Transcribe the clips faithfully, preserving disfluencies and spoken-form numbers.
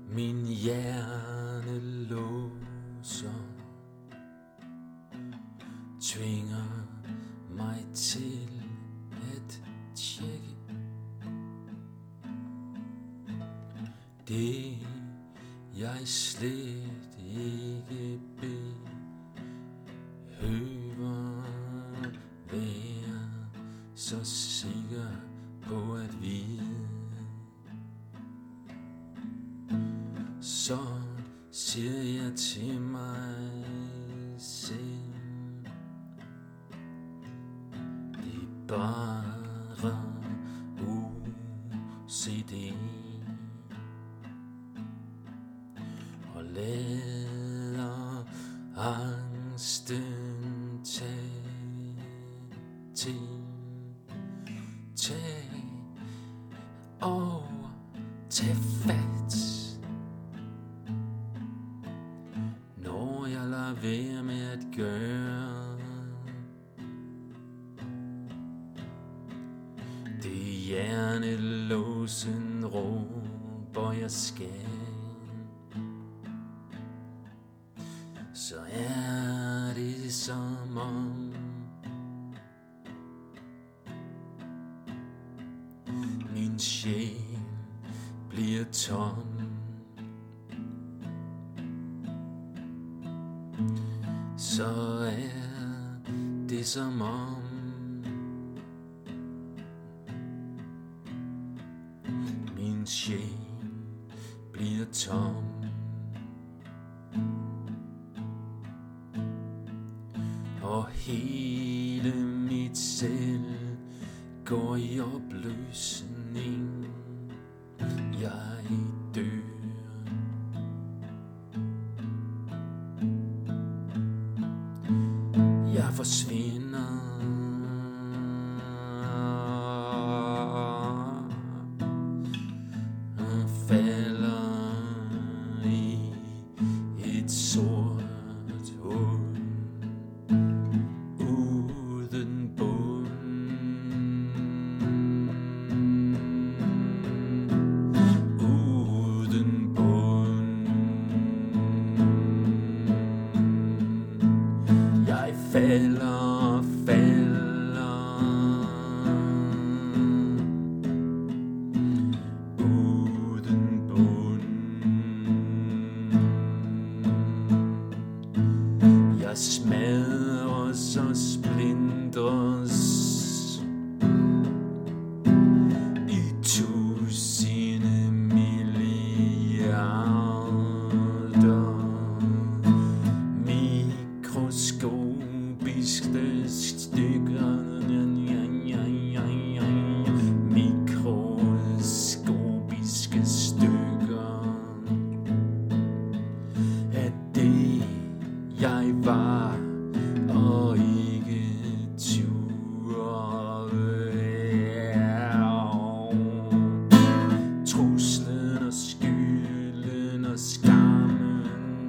Min hjerne låser, tvinger mig til at tjekke det, jeg slet ikke behøver være så sikker på at vide. Så siger jeg til mig selv, det er bare O C D, og lader angsten tage til, tag og tag fat. Når jeg lader være med at gøre det, hjertelåsen råber jeg skal, så er det som om min sjæl bliver tom. Så er det som om min sjæl bliver tom. Og hele mit selv går i opløsning. Jeg dør. Jeg forsvinder. Og falder i et sort hul uden bund. Uden bund. Jeg falder, falder uden bund. Jeg smadres og splindres i tusinde milliarder mikroskopiske stykker. Mikroskopiske stykker af det jeg var og ikke turde være. Truslen og skylden og skammen,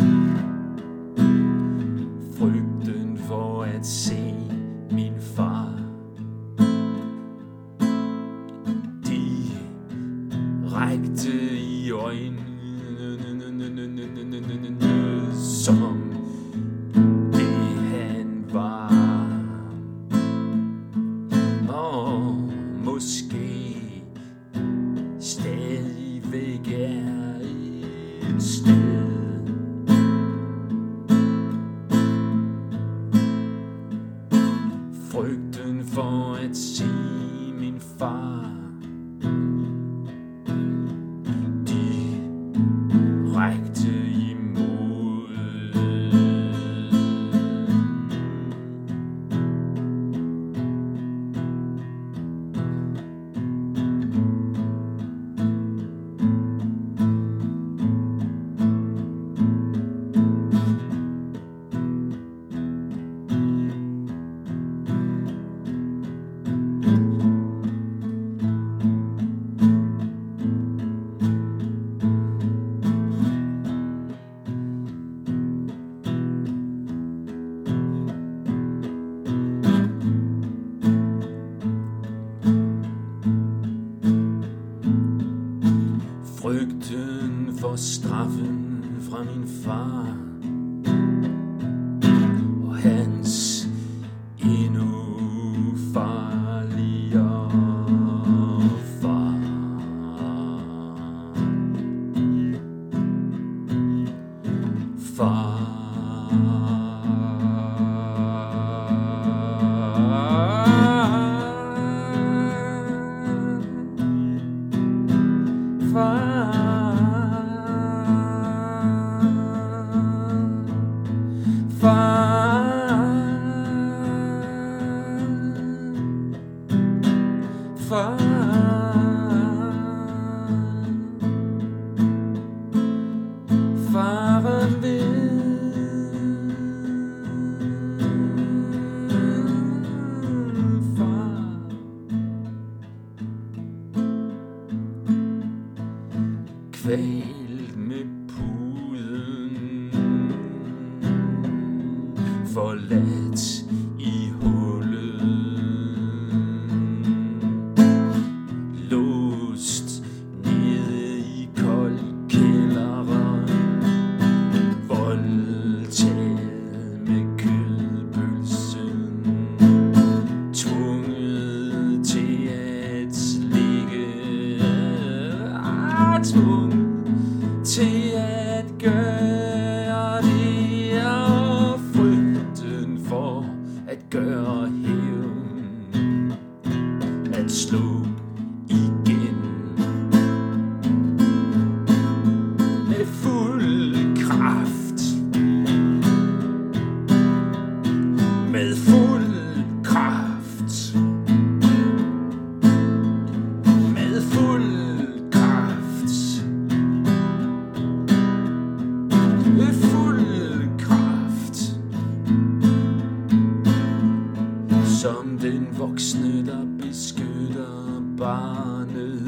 frygten for at se min far, de rækte i øjnene som det han var. Og måske stadigvæk er et sted. Frygten for at se min far, de rækte imod. far. Faren ved, far. Kvalt med puden, forladt i hullet, låst nede i koldkælderen, voldtaget med kødpølsen, tvunget til at slikke, ah, tvunget til at gøre det, og frygten for at gøre hævn, at slå igen med fuld kraft, med fuld kraft, med fuld kraft, med fuld kraft, som den voksne, der beskytter barnet,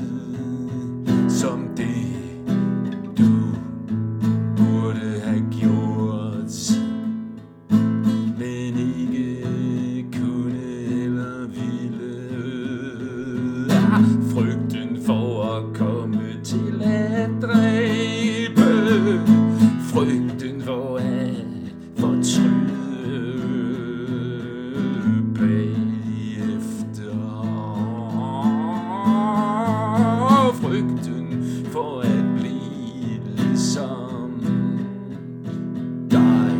som det du burde have gjort, men ikke kunne eller ville. Ah, frygten for at komme til at dræbe, frygten for at fortryde bagefter, frygten for at blive ligesom dig.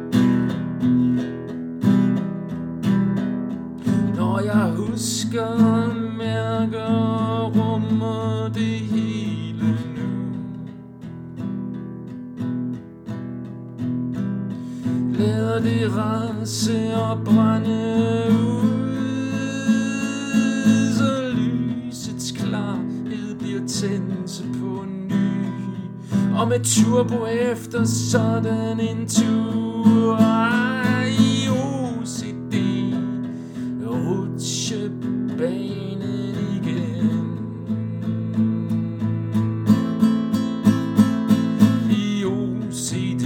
Når jeg husker, mærker, rummer det hele nu. Lader det rase og brænde ud, så lysets klarhed bliver tændt på ny, og med turbo efter sådan en tur i O C D rutsjebanen igen. I O C D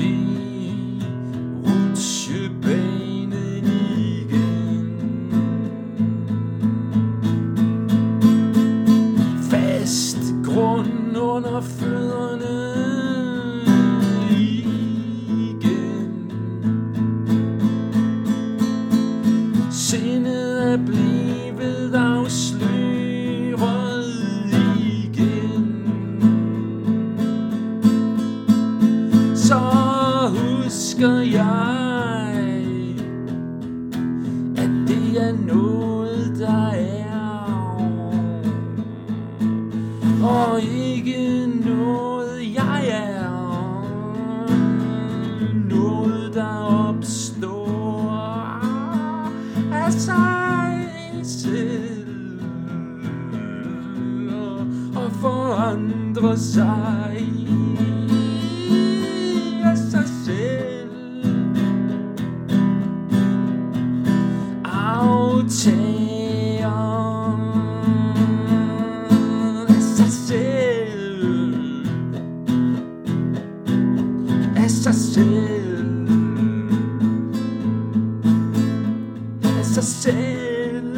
rutsjebanen igen. Fast grund under fødderne igen. Sindet er blevet afsløret igen. Så husker jeg, at det er noget, der er, og ikke noget, jeg er. Noget, der opstår af sig selv og forandrer sig af sig selv. Aftager af sig selv, af sig selv, af sig selv,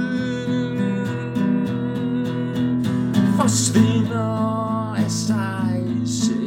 forsvinder af sig selv.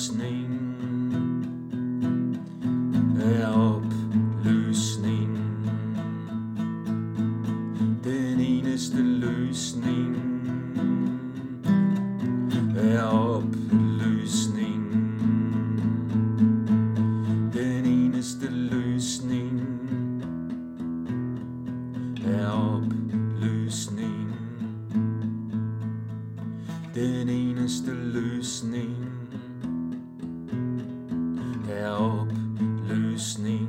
opløsning er opløsning. Den eneste løsning er opløsning. Den eneste løsning er opløsning. Den eneste løsning er opløsning.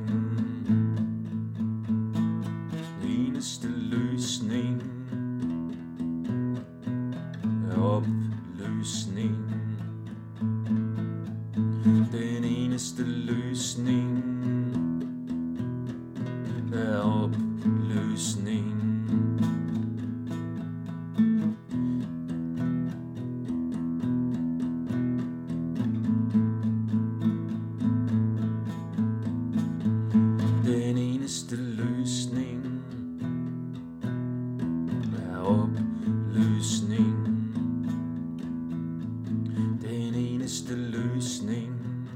Den eneste løsning er opløsning. Den eneste løsning er opløsning. Den eneste løsning er opløsning. Den eneste løsning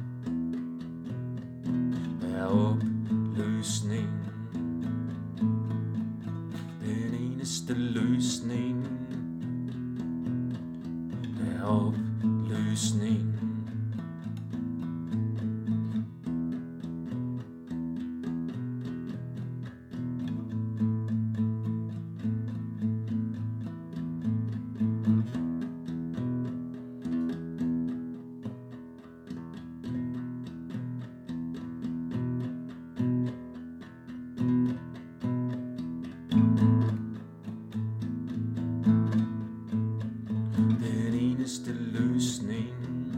er opløsning. Den eneste løsning er opløsning. Den eneste løsning